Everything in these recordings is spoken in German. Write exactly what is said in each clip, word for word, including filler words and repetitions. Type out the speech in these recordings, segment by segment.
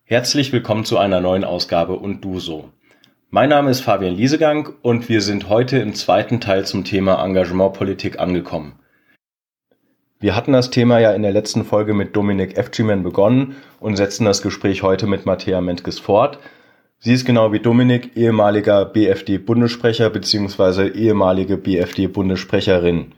Herzlich willkommen zu einer neuen Ausgabe und du so. Mein Name ist Fabian Liesegang und wir sind heute im zweiten Teil zum Thema Engagementpolitik angekommen. Wir hatten das Thema ja in der letzten Folge mit Dominik Evcimen begonnen und setzen das Gespräch heute mit Mattea Mentges fort. Sie ist genau wie Dominik ehemaliger B F D-Bundessprecher bzw. ehemalige B F D-Bundessprecherin.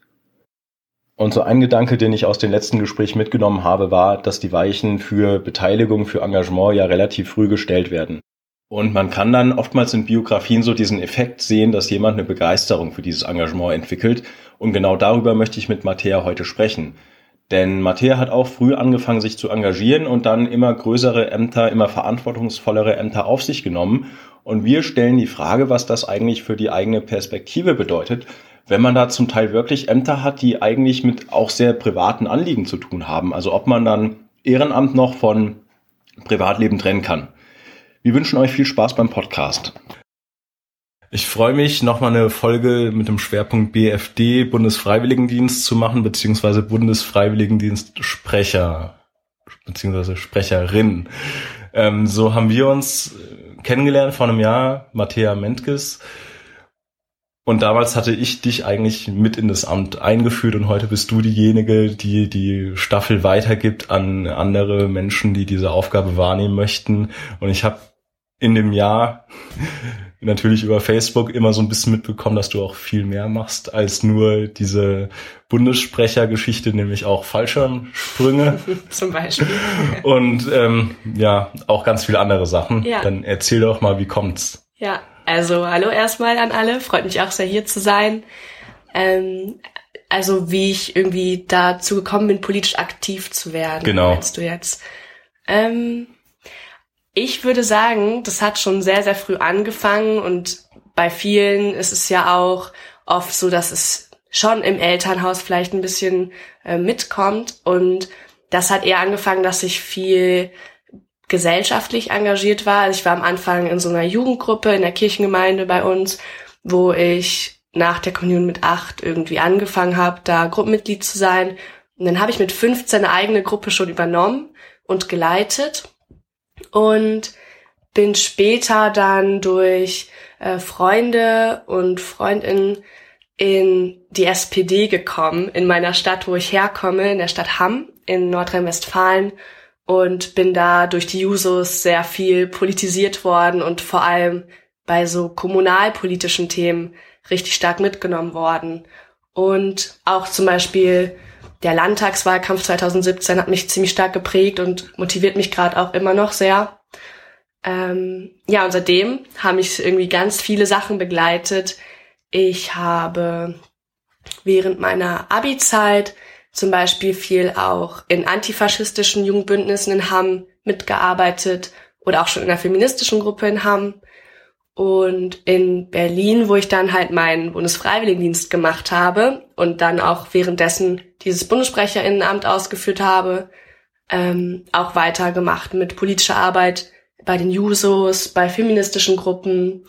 Und so ein Gedanke, den ich aus dem letzten Gespräch mitgenommen habe, war, dass die Weichen für Beteiligung, für Engagement ja relativ früh gestellt werden. Und man kann dann oftmals in Biografien so diesen Effekt sehen, dass jemand eine Begeisterung für dieses Engagement entwickelt. Und genau darüber möchte ich mit Mattea heute sprechen. Denn Mattea hat auch früh angefangen, sich zu engagieren und dann immer größere Ämter, immer verantwortungsvollere Ämter auf sich genommen. Und wir stellen die Frage, was das eigentlich für die eigene Perspektive bedeutet, wenn man da zum Teil wirklich Ämter hat, die eigentlich mit auch sehr privaten Anliegen zu tun haben. Also ob man dann Ehrenamt noch von Privatleben trennen kann. Wir wünschen euch viel Spaß beim Podcast. Ich freue mich, nochmal eine Folge mit dem Schwerpunkt B F D, Bundesfreiwilligendienst zu machen, beziehungsweise Bundesfreiwilligendienstsprecher, beziehungsweise Sprecherin. Ähm, so haben wir uns kennengelernt vor einem Jahr, Mattea Mentges. Und damals hatte ich dich eigentlich mit in das Amt eingeführt und heute bist du diejenige, die die Staffel weitergibt an andere Menschen, die diese Aufgabe wahrnehmen möchten. Und ich habe in dem Jahr natürlich über Facebook immer so ein bisschen mitbekommen, dass du auch viel mehr machst als nur diese Bundessprechergeschichte, nämlich auch Fallschirmsprünge. Zum Beispiel. Und ähm, ja, auch ganz viele andere Sachen. Ja. Dann erzähl doch mal, wie kommt's? Ja. Also hallo erstmal an alle, freut mich auch sehr hier zu sein. Ähm, also wie ich irgendwie dazu gekommen bin, politisch aktiv zu werden, genau. Meinst du jetzt? Ähm, ich würde sagen, das hat schon sehr, sehr früh angefangen und bei vielen ist es ja auch oft so, dass es schon im Elternhaus vielleicht ein bisschen äh, mitkommt und das hat eher angefangen, dass ich viel gesellschaftlich engagiert war. Also ich war am Anfang in so einer Jugendgruppe in der Kirchengemeinde bei uns, wo ich nach der Kommunion mit acht irgendwie angefangen habe, da Gruppenmitglied zu sein. Und dann habe ich mit fünfzehn eine eigene Gruppe schon übernommen und geleitet und bin später dann durch äh, Freunde und Freundinnen in die S P D gekommen, in meiner Stadt, wo ich herkomme, in der Stadt Hamm in Nordrhein-Westfalen. Und bin da durch die Jusos sehr viel politisiert worden und vor allem bei so kommunalpolitischen Themen richtig stark mitgenommen worden. Und auch zum Beispiel der Landtagswahlkampf zwanzig siebzehn hat mich ziemlich stark geprägt und motiviert mich gerade auch immer noch sehr. Ähm, ja, und seitdem haben mich irgendwie ganz viele Sachen begleitet. Ich habe während meiner Abi-Zeit zum Beispiel viel auch in antifaschistischen Jugendbündnissen in Hamm mitgearbeitet oder auch schon in einer feministischen Gruppe in Hamm. Und in Berlin, wo ich dann halt meinen Bundesfreiwilligendienst gemacht habe und dann auch währenddessen dieses Bundessprecherinnenamt ausgeführt habe, ähm, auch weitergemacht mit politischer Arbeit bei den Jusos, bei feministischen Gruppen.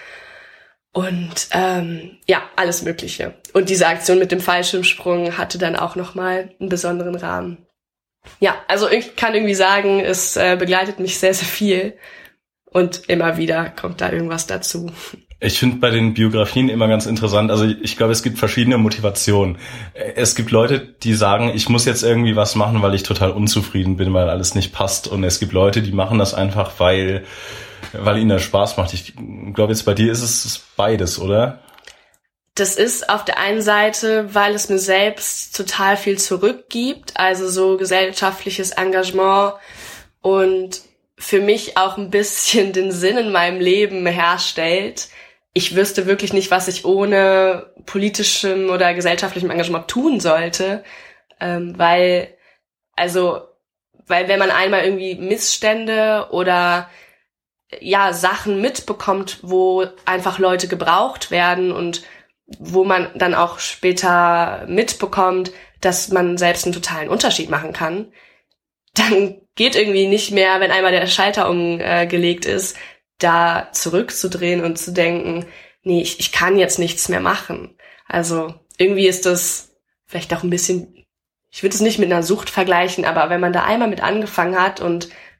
Und ähm, ja, alles Mögliche. Und diese Aktion mit dem Fallschirmsprung hatte dann auch nochmal einen besonderen Rahmen. Ja, also ich kann irgendwie sagen, es äh, begleitet mich sehr, sehr viel. Und immer wieder kommt da irgendwas dazu. Ich finde bei den Biografien immer ganz interessant, also ich glaube, es gibt verschiedene Motivationen. Es gibt Leute, die sagen, ich muss jetzt irgendwie was machen, weil ich total unzufrieden bin, weil alles nicht passt. Und es gibt Leute, die machen das einfach, weil... weil ihnen das Spaß macht. Ich glaube, jetzt bei dir ist es beides, oder? Das ist auf der einen Seite, weil es mir selbst total viel zurückgibt, also so gesellschaftliches Engagement und für mich auch ein bisschen den Sinn in meinem Leben herstellt. Ich wüsste wirklich nicht, was ich ohne politischem oder gesellschaftlichem Engagement tun sollte, ähm, weil, also, weil wenn man einmal irgendwie Missstände oder ja, Sachen mitbekommt, wo einfach Leute gebraucht werden und wo man dann auch später mitbekommt, dass man selbst einen totalen Unterschied machen kann, dann geht irgendwie nicht mehr, wenn einmal der Schalter umgelegt ist, da zurückzudrehen und zu denken, nee, ich, ich kann jetzt nichts mehr machen. Also irgendwie ist das vielleicht auch ein bisschen, ich würde es nicht mit einer Sucht vergleichen, aber wenn man da einmal mit angefangen hat und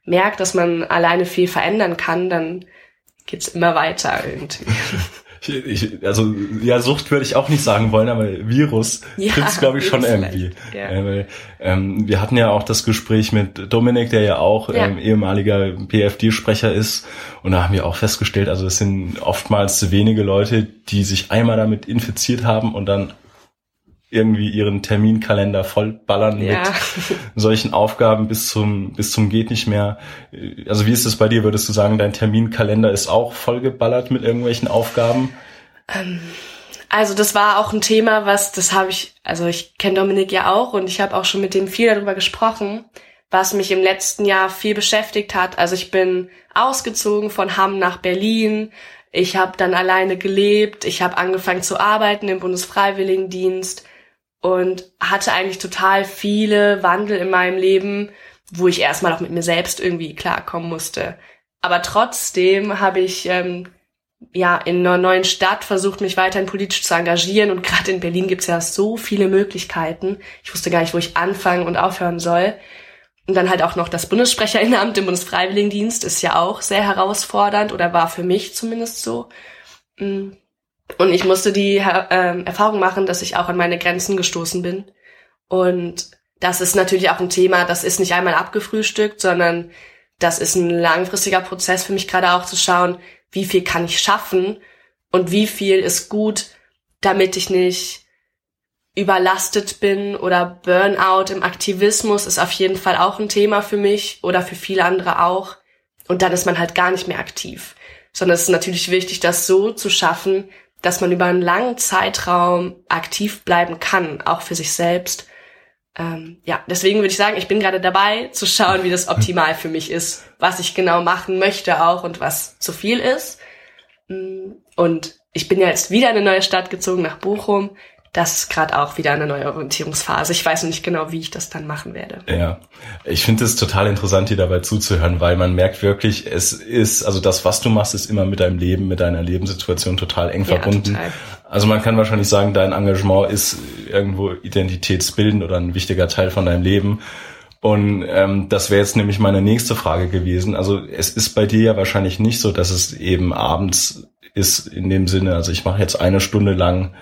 merkt, dass man alleine viel verändern kann, dann geht's immer weiter irgendwie. Ich, ich, also ja, Sucht würde ich auch nicht sagen wollen, aber Virus ja, trifft's, glaube ich, schon irgendwie. Ja. Äh, weil, ähm, wir hatten ja auch das Gespräch mit Dominik, der ja auch ja. Ähm, ehemaliger P F D-Sprecher ist, und da haben wir auch festgestellt, also es sind oftmals wenige Leute, die sich einmal damit infiziert haben und dann irgendwie ihren Terminkalender vollballern ja. mit solchen Aufgaben bis zum bis zum geht nicht mehr. Also wie ist es bei dir? Würdest du sagen, dein Terminkalender ist auch vollgeballert mit irgendwelchen Aufgaben? Ähm, also das war auch ein Thema, was, das habe ich, also ich kenne Dominik ja auch und ich habe auch schon mit dem viel darüber gesprochen, was mich im letzten Jahr viel beschäftigt hat. Also ich bin ausgezogen von Hamm nach Berlin. Ich habe dann alleine gelebt. Ich habe angefangen zu arbeiten im Bundesfreiwilligendienst und hatte eigentlich total viele Wandel in meinem Leben, wo ich erstmal auch mit mir selbst irgendwie klarkommen musste. Aber trotzdem habe ich ähm, ja in einer neuen Stadt versucht, mich weiterhin politisch zu engagieren. Und gerade in Berlin gibt's ja so viele Möglichkeiten. Ich wusste gar nicht, wo ich anfangen und aufhören soll. Und dann halt auch noch das Bundessprecherinnenamt im Bundesfreiwilligendienst ist ja auch sehr herausfordernd oder war für mich zumindest so. Und ich musste die äh, Erfahrung machen, dass ich auch an meine Grenzen gestoßen bin. Und das ist natürlich auch ein Thema, das ist nicht einmal abgefrühstückt, sondern das ist ein langfristiger Prozess für mich gerade auch zu schauen, wie viel kann ich schaffen und wie viel ist gut, damit ich nicht überlastet bin oder Burnout im Aktivismus ist auf jeden Fall auch ein Thema für mich oder für viele andere auch. Und dann ist man halt gar nicht mehr aktiv. Sondern es ist natürlich wichtig, das so zu schaffen, dass man über einen langen Zeitraum aktiv bleiben kann, auch für sich selbst. Ähm, ja, deswegen würde ich sagen, ich bin gerade dabei, zu schauen, wie das optimal für mich ist, was ich genau machen möchte auch und was zu viel ist. Und ich bin ja jetzt wieder in eine neue Stadt gezogen, nach Bochum. Das ist gerade auch wieder eine neue Orientierungsphase. Ich weiß noch nicht genau, wie ich das dann machen werde. Ja, ich finde es total interessant, dir dabei zuzuhören, weil man merkt wirklich, es ist, also das, was du machst, ist immer mit deinem Leben, mit deiner Lebenssituation total eng ja, verbunden. Total. Also man kann wahrscheinlich sagen, dein Engagement ist irgendwo identitätsbildend oder ein wichtiger Teil von deinem Leben. Und ähm, das wäre jetzt nämlich meine nächste Frage gewesen. Also es ist bei dir ja wahrscheinlich nicht so, dass es eben abends ist in dem Sinne, also ich mache jetzt eine Stunde lang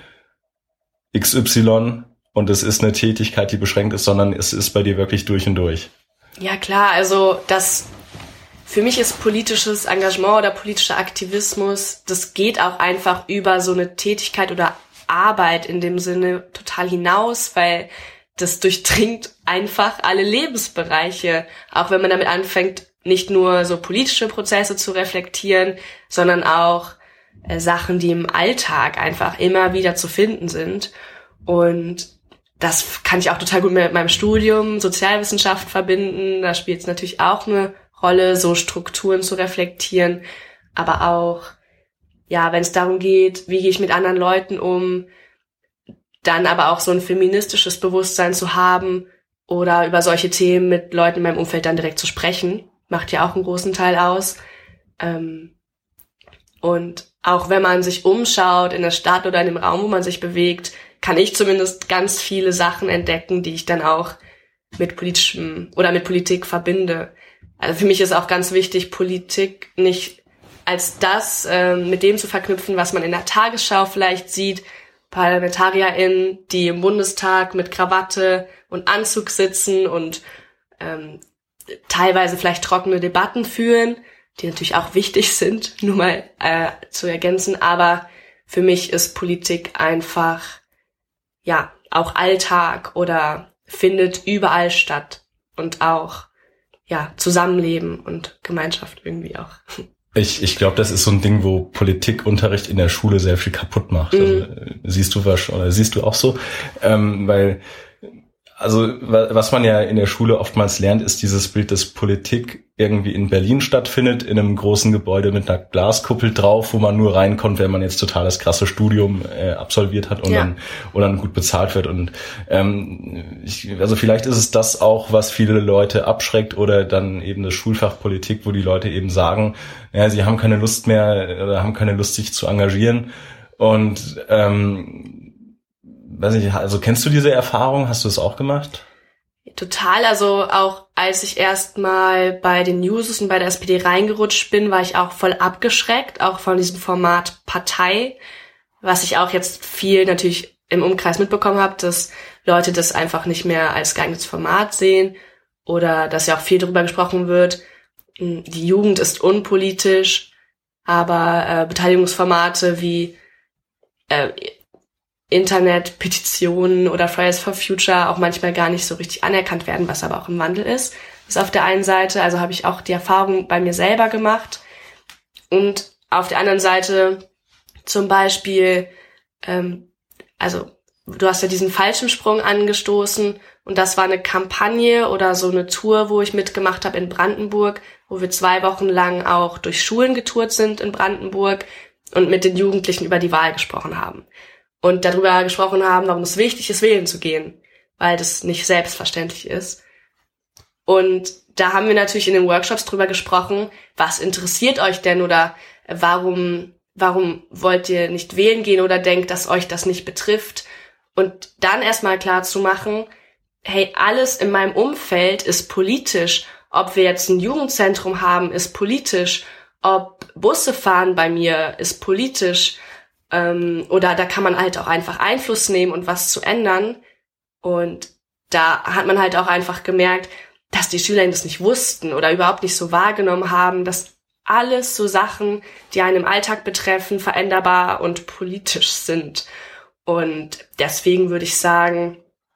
X Y und es ist eine Tätigkeit, die beschränkt ist, sondern es ist bei dir wirklich durch und durch. Ja klar, also das für mich ist politisches Engagement oder politischer Aktivismus, das geht auch einfach über so eine Tätigkeit oder Arbeit in dem Sinne total hinaus, weil das durchdringt einfach alle Lebensbereiche, auch wenn man damit anfängt, nicht nur so politische Prozesse zu reflektieren, sondern auch Sachen, die im Alltag einfach immer wieder zu finden sind. Und das kann ich auch total gut mit meinem Studium Sozialwissenschaft verbinden. Da spielt es natürlich auch eine Rolle, so Strukturen zu reflektieren. Aber auch, ja, wenn es darum geht, wie gehe ich mit anderen Leuten um, dann aber auch so ein feministisches Bewusstsein zu haben oder über solche Themen mit Leuten in meinem Umfeld dann direkt zu sprechen, macht ja auch einen großen Teil aus. Ähm, und auch wenn man sich umschaut in der Stadt oder in dem Raum, wo man sich bewegt, kann ich zumindest ganz viele Sachen entdecken, die ich dann auch mit politischem oder mit Politik verbinde. Also für mich ist auch ganz wichtig, Politik nicht als das äh, mit dem zu verknüpfen, was man in der Tagesschau vielleicht sieht, ParlamentarierInnen, die im Bundestag mit Krawatte und Anzug sitzen und ähm, teilweise vielleicht trockene Debatten führen, die natürlich auch wichtig sind, nur mal äh, zu ergänzen. Aber für mich ist Politik einfach, ja, auch Alltag oder findet überall statt und auch, ja, Zusammenleben und Gemeinschaft irgendwie auch. Ich, ich glaube, das ist so ein Ding, wo Politikunterricht in der Schule sehr viel kaputt macht. Mhm. Also, siehst du was, oder siehst du auch so? Ähm, weil, also, was man ja in der Schule oftmals lernt, ist dieses Bild, dass Politik irgendwie in Berlin stattfindet, in einem großen Gebäude mit einer Glaskuppel drauf, wo man nur reinkommt, wenn man jetzt total das krasse Studium äh, absolviert hat und, ja. dann, und dann gut bezahlt wird. Und ähm, ich, also vielleicht ist es das auch, was viele Leute abschreckt, oder dann eben das Schulfach Politik, wo die Leute eben sagen, ja, sie haben keine Lust mehr oder haben keine Lust, sich zu engagieren. Und ähm, weiß nicht, also kennst du diese Erfahrung? Hast du es auch gemacht? Total, also auch als ich erstmal bei den Jusos und bei der S P D reingerutscht bin, war ich auch voll abgeschreckt, auch von diesem Format Partei, was ich auch jetzt viel natürlich im Umkreis mitbekommen habe, dass Leute das einfach nicht mehr als geeignetes Format sehen oder dass ja auch viel darüber gesprochen wird, die Jugend ist unpolitisch, aber äh, Beteiligungsformate wie äh, Internet, Petitionen oder Fridays for Future auch manchmal gar nicht so richtig anerkannt werden, was aber auch im Wandel ist. Das ist auf der einen Seite, also habe ich auch die Erfahrung bei mir selber gemacht. Und auf der anderen Seite zum Beispiel, ähm, also du hast ja diesen Fallschirmsprung angestoßen und das war eine Kampagne oder so eine Tour, wo ich mitgemacht habe in Brandenburg, wo wir zwei Wochen lang auch durch Schulen getourt sind in Brandenburg und mit den Jugendlichen über die Wahl gesprochen haben. Und darüber gesprochen haben, warum es wichtig ist, wählen zu gehen, weil das nicht selbstverständlich ist. Und da haben wir natürlich in den Workshops drüber gesprochen, was interessiert euch denn oder warum, warum wollt ihr nicht wählen gehen oder denkt, dass euch das nicht betrifft? Und dann erstmal klar zu machen, hey, alles in meinem Umfeld ist politisch. Ob wir jetzt ein Jugendzentrum haben, ist politisch. Ob Busse fahren bei mir, ist politisch. Ähm, oder da kann man halt auch einfach Einfluss nehmen und was zu ändern. Und da hat man halt auch einfach gemerkt, dass die Schüler das nicht wussten oder überhaupt nicht so wahrgenommen haben, dass alles so Sachen, die einen im Alltag betreffen, veränderbar und politisch sind. Und deswegen würde ich sagen,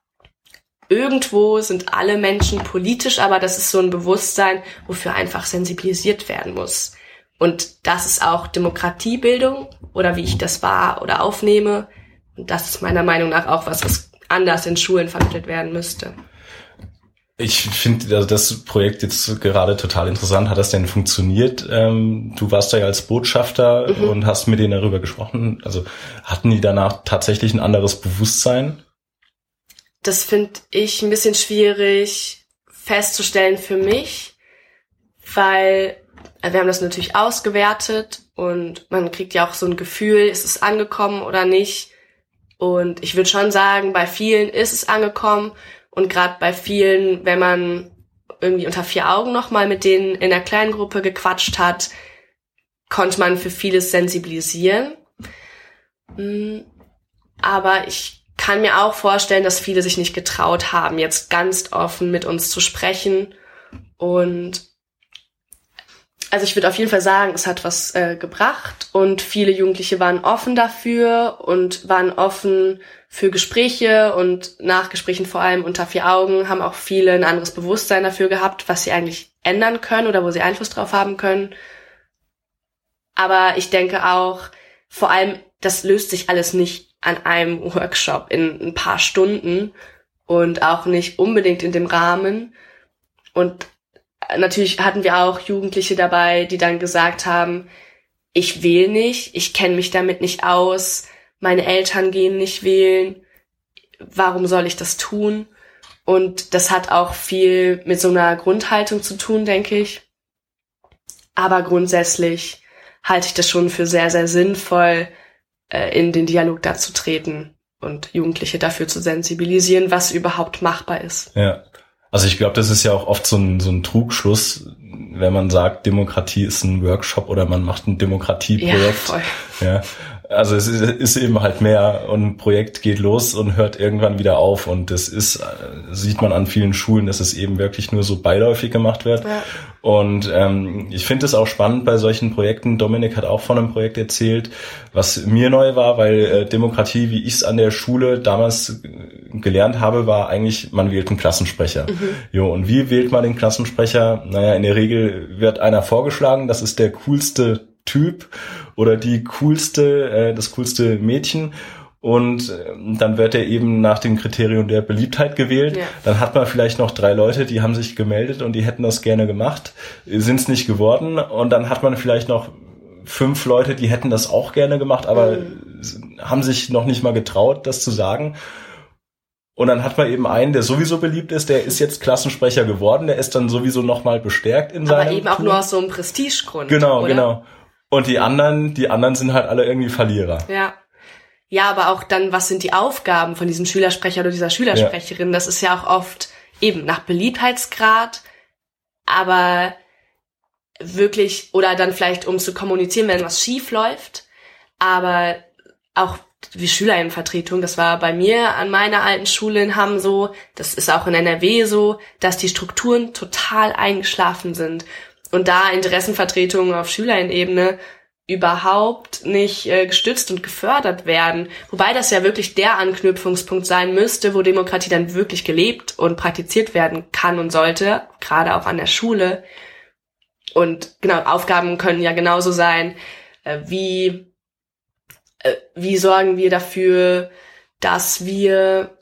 irgendwo sind alle Menschen politisch, aber das ist so ein Bewusstsein, wofür einfach sensibilisiert werden muss. Und das ist auch Demokratiebildung oder wie ich das wahr oder aufnehme. Und das ist meiner Meinung nach auch was, was anders in Schulen vermittelt werden müsste. Ich finde also das Projekt jetzt gerade total interessant. Hat das denn funktioniert? Ähm, du warst da ja als Botschafter mhm. und hast mit denen darüber gesprochen. Also hatten die danach tatsächlich ein anderes Bewusstsein? Das finde ich ein bisschen schwierig festzustellen für mich, weil wir haben das natürlich ausgewertet und man kriegt ja auch so ein Gefühl, ist es angekommen oder nicht. Und ich würde schon sagen, bei vielen ist es angekommen und gerade bei vielen, wenn man irgendwie unter vier Augen nochmal mit denen in der kleinen Gruppe gequatscht hat, konnte man für vieles sensibilisieren. Aber ich kann mir auch vorstellen, dass viele sich nicht getraut haben, jetzt ganz offen mit uns zu sprechen. Und also ich würde auf jeden Fall sagen, es hat was äh, gebracht und viele Jugendliche waren offen dafür und waren offen für Gespräche und nach Gesprächen vor allem unter vier Augen haben auch viele ein anderes Bewusstsein dafür gehabt, was sie eigentlich ändern können oder wo sie Einfluss drauf haben können. Aber ich denke auch, vor allem, das löst sich alles nicht an einem Workshop in ein paar Stunden und auch nicht unbedingt in dem Rahmen. Und natürlich hatten wir auch Jugendliche dabei, die dann gesagt haben, ich wähle nicht, ich kenne mich damit nicht aus, meine Eltern gehen nicht wählen, warum soll ich das tun? Und das hat auch viel mit so einer Grundhaltung zu tun, denke ich. Aber grundsätzlich halte ich das schon für sehr, sehr sinnvoll, in den Dialog da zu treten und Jugendliche dafür zu sensibilisieren, was überhaupt machbar ist. Ja. Also ich glaube, das ist ja auch oft so ein, so ein Trugschluss, wenn man sagt, Demokratie ist ein Workshop oder man macht ein Demokratieprojekt. Ja, voll. Ja. Also es ist, ist eben halt mehr und ein Projekt geht los und hört irgendwann wieder auf und das ist, sieht man an vielen Schulen, dass es eben wirklich nur so beiläufig gemacht wird. Ja. Und ähm, ich finde es auch spannend bei solchen Projekten. Dominik hat auch von einem Projekt erzählt, was mir neu war, weil äh, Demokratie, wie ich es an der Schule damals gelernt habe, war eigentlich, man wählt einen Klassensprecher. Mhm. Jo, und wie wählt man den Klassensprecher? Naja, in der Regel wird einer vorgeschlagen, das ist der coolste Typ oder die coolste, äh, das coolste Mädchen. Und dann wird er eben nach dem Kriterium der Beliebtheit gewählt. Ja. Dann hat man vielleicht noch drei Leute, die haben sich gemeldet und die hätten das gerne gemacht, sind es nicht geworden. Und dann hat man vielleicht noch fünf Leute, die hätten das auch gerne gemacht, aber mhm. haben sich noch nicht mal getraut, das zu sagen. Und dann hat man eben einen, der sowieso beliebt ist, der ist jetzt Klassensprecher geworden, der ist dann sowieso nochmal bestärkt in seinem Aber eben auch Tour. Nur aus so einem Prestigegrund. Genau, oder? genau. Und die anderen, die anderen sind halt alle irgendwie Verlierer. Ja. Ja, aber auch dann, was sind die Aufgaben von diesem Schülersprecher oder dieser Schülersprecherin? Ja. Das ist ja auch oft eben nach Beliebtheitsgrad, aber wirklich, oder dann vielleicht, um zu kommunizieren, wenn was schief läuft, aber auch wie Schülerinnenvertretung, das war bei mir an meiner alten Schule in Hamm so, das ist auch in N R W so, dass die Strukturen total eingeschlafen sind und da Interessenvertretungen auf Schülerinnenebene überhaupt nicht äh, gestützt und gefördert werden. Wobei das ja wirklich der Anknüpfungspunkt sein müsste, wo Demokratie dann wirklich gelebt und praktiziert werden kann und sollte, gerade auch an der Schule. Und genau, Aufgaben können ja genauso sein, äh, wie äh, wie sorgen wir dafür, dass wir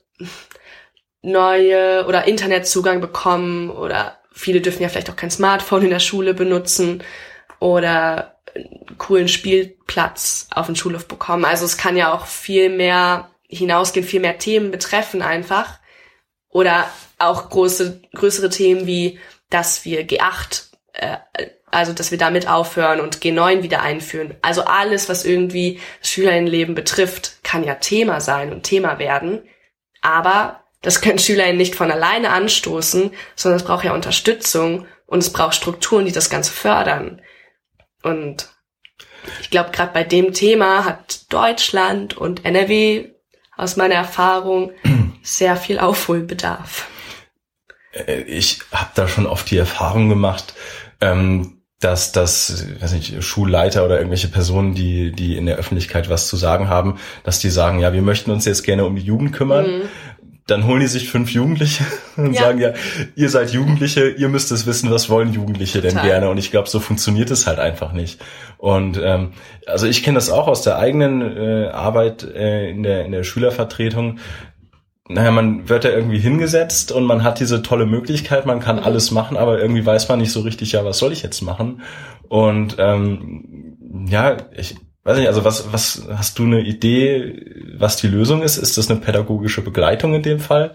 neue oder Internetzugang bekommen, oder viele dürfen ja vielleicht auch kein Smartphone in der Schule benutzen oder einen coolen Spielplatz auf dem Schulhof bekommen. Also es kann ja auch viel mehr hinausgehen, viel mehr Themen betreffen einfach. Oder auch große, größere Themen wie, dass wir G acht, äh, also dass wir damit aufhören und G neun wieder einführen. Also alles, was irgendwie das Schülerinnenleben betrifft, kann ja Thema sein und Thema werden. Aber das können Schülerinnen nicht von alleine anstoßen, sondern es braucht ja Unterstützung und es braucht Strukturen, die das Ganze fördern. Und ich glaube, gerade bei dem Thema hat Deutschland und N R W aus meiner Erfahrung sehr viel Aufholbedarf. Ich habe da schon oft die Erfahrung gemacht, dass das, weiß nicht, Schulleiter oder irgendwelche Personen, die die in der Öffentlichkeit was zu sagen haben, dass die sagen, ja, wir möchten uns jetzt gerne um die Jugend kümmern. Mhm. Dann holen die sich fünf Jugendliche und ja. sagen, ja, ihr seid Jugendliche, ihr müsst es wissen, was wollen Jugendliche Total. denn gerne? Und ich glaube, so funktioniert es halt einfach nicht. Und ähm, also ich kenne das auch aus der eigenen äh, Arbeit äh, in der in der Schülervertretung. Naja, man wird da irgendwie hingesetzt und man hat diese tolle Möglichkeit, man kann mhm. alles machen, aber irgendwie weiß man nicht so richtig, ja, was soll ich jetzt machen? Und ähm, ja, ich weiß nicht, also was, was, hast du eine Idee, was die Lösung ist? Ist das eine pädagogische Begleitung in dem Fall?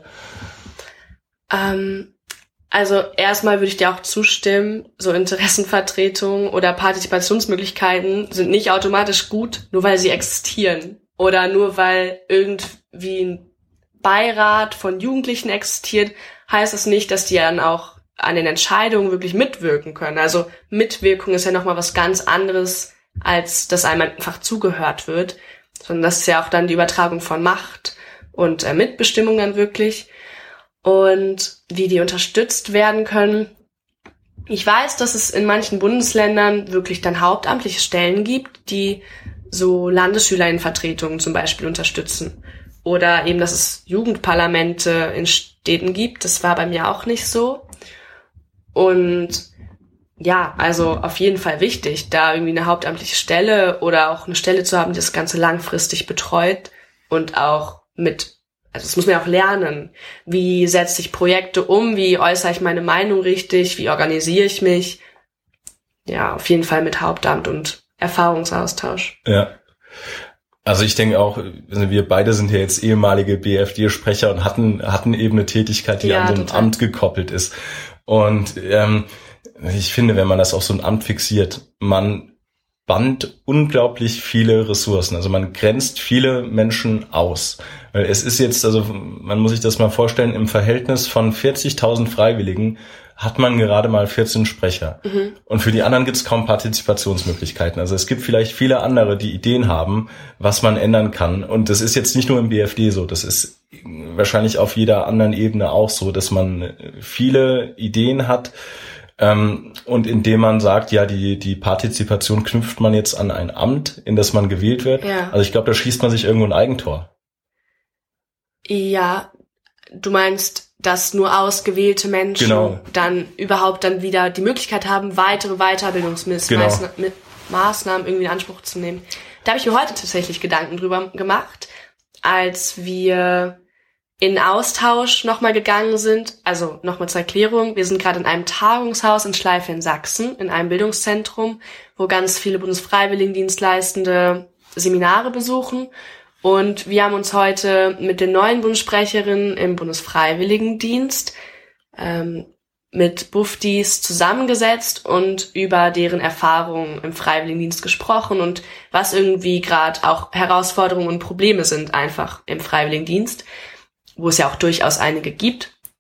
Ähm, also erstmal würde ich dir auch zustimmen, so Interessenvertretung oder Partizipationsmöglichkeiten sind nicht automatisch gut, nur weil sie existieren. Oder nur weil irgendwie ein Beirat von Jugendlichen existiert, heißt es nicht, dass die dann auch an den Entscheidungen wirklich mitwirken können. Also Mitwirkung ist ja nochmal was ganz anderes, als dass einem einfach zugehört wird, sondern das ist ja auch dann die Übertragung von Macht und äh, Mitbestimmung dann wirklich. Und wie die unterstützt werden können. Ich weiß, dass es in manchen Bundesländern wirklich dann hauptamtliche Stellen gibt, die so Landesschülerinnenvertretungen zum Beispiel unterstützen. Oder eben, dass es Jugendparlamente in Städten gibt. Das war bei mir auch nicht so. Und ja, also auf jeden Fall wichtig, da irgendwie eine hauptamtliche Stelle oder auch eine Stelle zu haben, die das Ganze langfristig betreut und auch mit, also das muss man ja auch lernen. Wie setze ich Projekte um? Wie äußere ich meine Meinung richtig? Wie organisiere ich mich? Ja, auf jeden Fall mit Hauptamt und Erfahrungsaustausch. Ja. Also ich denke auch, also wir beide sind ja jetzt ehemalige B F D-Sprecher und hatten hatten eben eine Tätigkeit, die ja, an so ein total. Amt gekoppelt ist. Und ähm, ich finde, wenn man das auf so ein Amt fixiert, man bannt unglaublich viele Ressourcen. Also man grenzt viele Menschen aus. Weil es ist jetzt, also man muss sich das mal vorstellen, im Verhältnis von vierzigtausend Freiwilligen hat man gerade mal vierzehn Sprecher. Mhm. Und für die anderen gibt es kaum Partizipationsmöglichkeiten. Also es gibt vielleicht viele andere, die Ideen haben, was man ändern kann. Und das ist jetzt nicht nur im B F D so, das ist wahrscheinlich auf jeder anderen Ebene auch so, dass man viele Ideen hat, ähm, und indem man sagt, ja, die die Partizipation knüpft man jetzt an ein Amt, in das man gewählt wird. Ja. Also ich glaube, da schießt man sich irgendwo ein Eigentor. Ja, du meinst, dass nur ausgewählte Menschen genau. dann überhaupt dann wieder die Möglichkeit haben, weitere Weiterbildungsmaßnahmen genau. irgendwie in Anspruch zu nehmen. Da habe ich mir heute tatsächlich Gedanken drüber gemacht, als wir in Austausch nochmal gegangen sind. Also nochmal zur Erklärung, wir sind gerade in einem Tagungshaus in Schleife in Sachsen, in einem Bildungszentrum, wo ganz viele Bundesfreiwilligendienstleistende Seminare besuchen. Und wir haben uns heute mit den neuen Bundessprecherinnen im Bundesfreiwilligendienst ähm, mit Bufdis zusammengesetzt und über deren Erfahrungen im Freiwilligendienst gesprochen und was irgendwie gerade auch Herausforderungen und Probleme sind einfach im Freiwilligendienst, wo es ja auch durchaus einige gibt.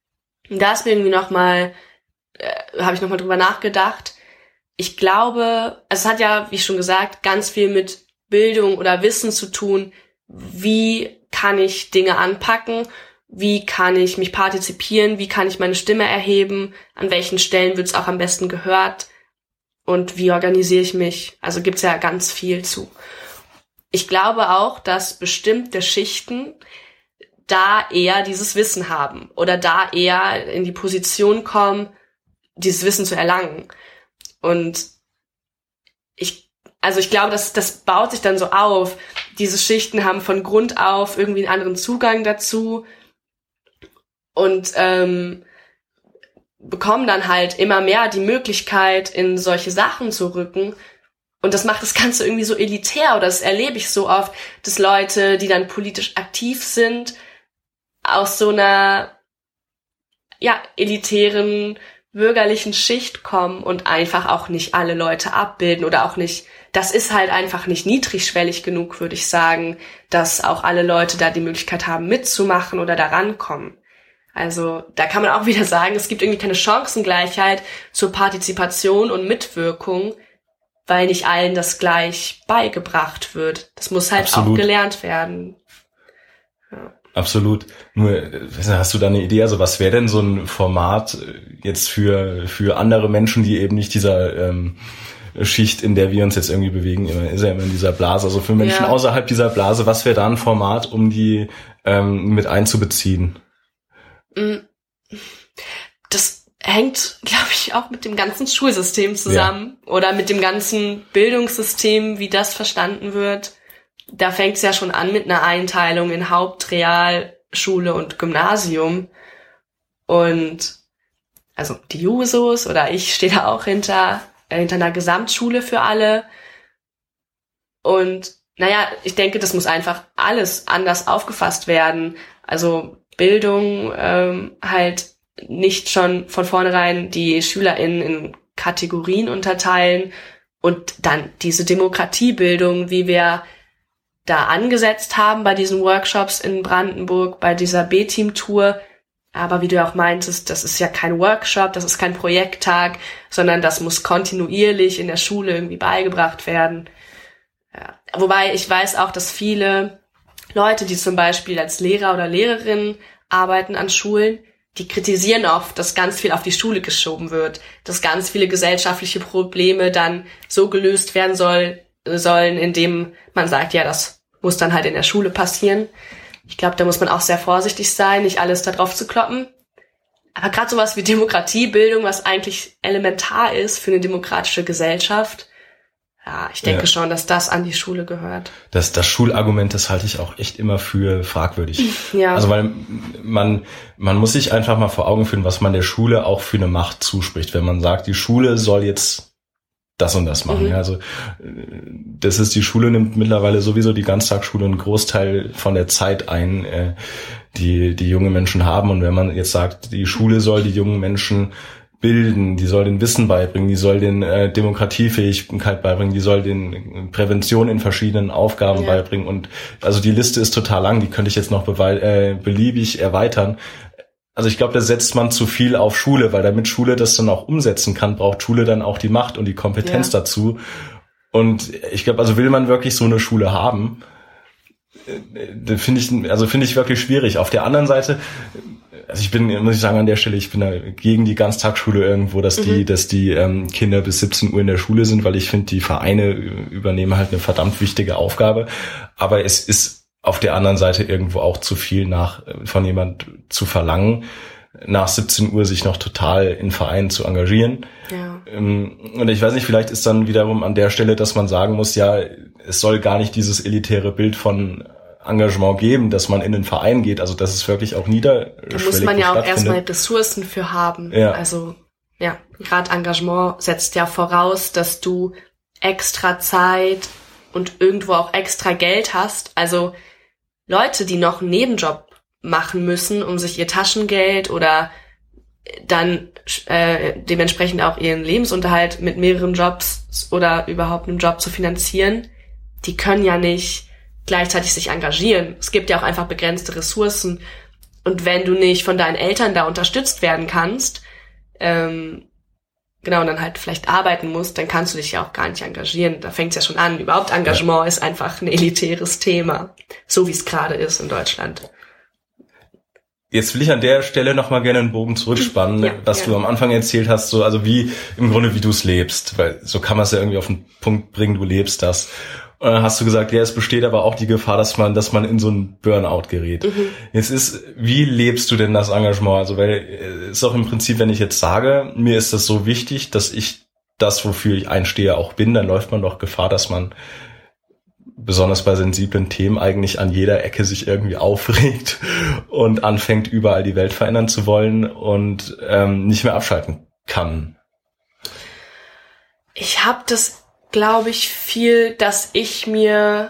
Und da ist mir irgendwie nochmal, äh, habe ich nochmal drüber nachgedacht. Ich glaube, also es hat ja, wie schon gesagt, ganz viel mit Bildung oder Wissen zu tun. Wie kann ich Dinge anpacken? Wie kann ich mich partizipieren? Wie kann ich meine Stimme erheben? An welchen Stellen wird es auch am besten gehört? Und wie organisiere ich mich? Also gibt's ja ganz viel zu. Ich glaube auch, dass bestimmte Schichten da eher dieses Wissen haben oder da eher in die Position kommen, dieses Wissen zu erlangen. Und ich, also ich glaube, das, das baut sich dann so auf. Diese Schichten haben von Grund auf irgendwie einen anderen Zugang dazu und ähm, bekommen dann halt immer mehr die Möglichkeit, in solche Sachen zu rücken. Und das macht das Ganze irgendwie so elitär, oder das erlebe ich so oft, dass Leute, die dann politisch aktiv sind, aus so einer ja elitären bürgerlichen Schicht kommen und einfach auch nicht alle Leute abbilden oder auch nicht, das ist halt einfach nicht niedrigschwellig genug, würde ich sagen, dass auch alle Leute da die Möglichkeit haben mitzumachen oder da rankommen. Also da kann man auch wieder sagen, es gibt irgendwie keine Chancengleichheit zur Partizipation und Mitwirkung, weil nicht allen das gleich beigebracht wird. Das muss halt Absolut. Auch gelernt werden. Ja. Absolut. Nur, hast du da eine Idee, also was wäre denn so ein Format jetzt für für andere Menschen, die eben nicht dieser ähm, Schicht, in der wir uns jetzt irgendwie bewegen, immer ist ja immer in dieser Blase, also für Menschen ja. außerhalb dieser Blase, was wäre da ein Format, um die ähm, mit einzubeziehen? Das hängt, glaube ich, auch mit dem ganzen Schulsystem zusammen ja. oder mit dem ganzen Bildungssystem, wie das verstanden wird. Da fängt es ja schon an mit einer Einteilung in Haupt-, Real-, Schule und Gymnasium. Und also die Jusos oder ich stehe da auch hinter, äh, hinter einer Gesamtschule für alle. Und naja, ich denke, das muss einfach alles anders aufgefasst werden. Also Bildung ähm, halt nicht schon von vornherein die SchülerInnen in Kategorien unterteilen und dann diese Demokratiebildung, wie wir da angesetzt haben bei diesen Workshops in Brandenburg, bei dieser B-Team-Tour. Aber wie du auch meintest, das ist ja kein Workshop, das ist kein Projekttag, sondern das muss kontinuierlich in der Schule irgendwie beigebracht werden. Ja. Wobei ich weiß auch, dass viele Leute, die zum Beispiel als Lehrer oder Lehrerin arbeiten an Schulen, die kritisieren oft, dass ganz viel auf die Schule geschoben wird, dass ganz viele gesellschaftliche Probleme dann so gelöst werden soll, sollen, indem man sagt, ja, das muss dann halt in der Schule passieren. Ich glaube, da muss man auch sehr vorsichtig sein, nicht alles da drauf zu kloppen. Aber gerade sowas wie Demokratiebildung, was eigentlich elementar ist für eine demokratische Gesellschaft, ja, ich denke ja. schon, dass das an die Schule gehört. Das, das Schulargument, das halte ich auch echt immer für fragwürdig. Ja. Also weil man, man muss sich einfach mal vor Augen führen, was man der Schule auch für eine Macht zuspricht. Wenn man sagt, die Schule soll jetzt das und das machen. Mhm. Ja, also das ist, die Schule nimmt mittlerweile sowieso die Ganztagsschule einen Großteil von der Zeit ein, äh, die die junge Menschen haben. Und wenn man jetzt sagt, die Schule soll die jungen Menschen bilden, die soll den Wissen beibringen, die soll den äh, Demokratiefähigkeit beibringen, die soll den Prävention in verschiedenen Aufgaben ja. beibringen. Und also die Liste ist total lang, die könnte ich jetzt noch beweil- äh, beliebig erweitern. Also ich glaube, da setzt man zu viel auf Schule, weil damit Schule das dann auch umsetzen kann, braucht Schule dann auch die Macht und die Kompetenz ja. dazu. Und ich glaube, also will man wirklich so eine Schule haben, äh, finde ich, also finde ich wirklich schwierig. Auf der anderen Seite, also ich bin, muss ich sagen, an der Stelle, ich bin da gegen die Ganztagsschule irgendwo, dass die, mhm. dass die ähm, Kinder bis siebzehn Uhr in der Schule sind, weil ich finde, die Vereine übernehmen halt eine verdammt wichtige Aufgabe. Aber es ist auf der anderen Seite irgendwo auch zu viel nach von jemand zu verlangen, nach siebzehn Uhr sich noch total in Vereinen zu engagieren. Ja. Und ich weiß nicht, vielleicht ist dann wiederum an der Stelle, dass man sagen muss, ja, es soll gar nicht dieses elitäre Bild von Engagement geben, dass man in den Verein geht, also dass es wirklich auch niederschwellig Da muss man ja auch erstmal Ressourcen für haben. Ja. Also ja, gerade Engagement setzt ja voraus, dass du extra Zeit und irgendwo auch extra Geld hast. Also Leute, die noch einen Nebenjob machen müssen, um sich ihr Taschengeld oder dann äh, dementsprechend auch ihren Lebensunterhalt mit mehreren Jobs oder überhaupt einen Job zu finanzieren, die können ja nicht gleichzeitig sich engagieren. Es gibt ja auch einfach begrenzte Ressourcen Und wenn du nicht von deinen Eltern da unterstützt werden kannst, ähm, genau, und dann halt vielleicht arbeiten musst, dann kannst du dich ja auch gar nicht engagieren. Da fängt es ja schon an. Überhaupt Engagement ja. ist einfach ein elitäres Thema, so wie es gerade ist in Deutschland. Jetzt will ich an der Stelle nochmal gerne einen Bogen zurückspannen, ja, was ja. du am Anfang erzählt hast, so also wie im Grunde wie du es lebst, weil so kann man es ja irgendwie auf den Punkt bringen, du lebst das. Und dann hast du gesagt, ja, es besteht aber auch die Gefahr, dass man, dass man in so einen Burnout gerät. Mhm. Jetzt ist, wie lebst du denn das Engagement? Also, weil es ist auch im Prinzip, wenn ich jetzt sage, mir ist das so wichtig, dass ich das, wofür ich einstehe, auch bin, dann läuft man doch Gefahr, dass man besonders bei sensiblen Themen eigentlich an jeder Ecke sich irgendwie aufregt und anfängt, überall die Welt verändern zu wollen und ähm, nicht mehr abschalten kann. Ich habe das glaube ich, viel, dass ich mir